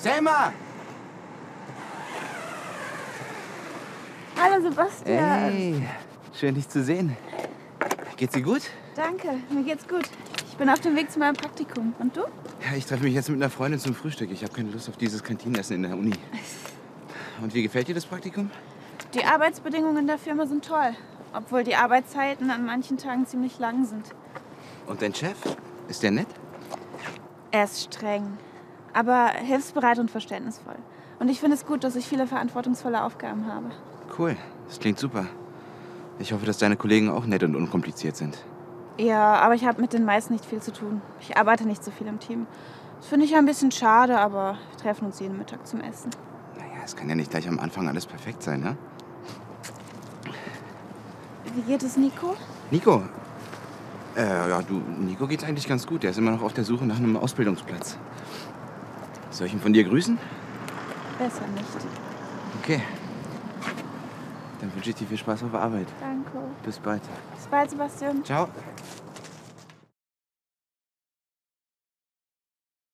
Selma! Hallo Sebastian. Hey, schön dich zu sehen. Geht's dir gut? Danke, mir geht's gut. Ich bin auf dem Weg zu meinem Praktikum. Und du? Ja, ich treffe mich jetzt mit einer Freundin zum Frühstück. Ich habe keine Lust auf dieses Kantinenessen in der Uni. Und wie gefällt dir das Praktikum? Die Arbeitsbedingungen in der Firma sind toll. Obwohl die Arbeitszeiten an manchen Tagen ziemlich lang sind. Und dein Chef? Ist der nett? Er ist streng, aber hilfsbereit und verständnisvoll. Und ich finde es gut, dass ich viele verantwortungsvolle Aufgaben habe. Cool, das klingt super. Ich hoffe, dass deine Kollegen auch nett und unkompliziert sind. Ja, aber ich habe mit den meisten nicht viel zu tun. Ich arbeite nicht so viel im Team. Das finde ich ein bisschen schade, aber wir treffen uns jeden Mittag zum Essen. Naja, es kann ja nicht gleich am Anfang alles perfekt sein, ne? Wie geht es Nico? Nico? Nico geht's eigentlich ganz gut. Der ist immer noch auf der Suche nach einem Ausbildungsplatz. Soll ich ihn von dir grüßen? Besser nicht. Okay. Dann wünsche ich dir viel Spaß auf der Arbeit. Danke. Bis bald. Bis bald, Sebastian. Ciao.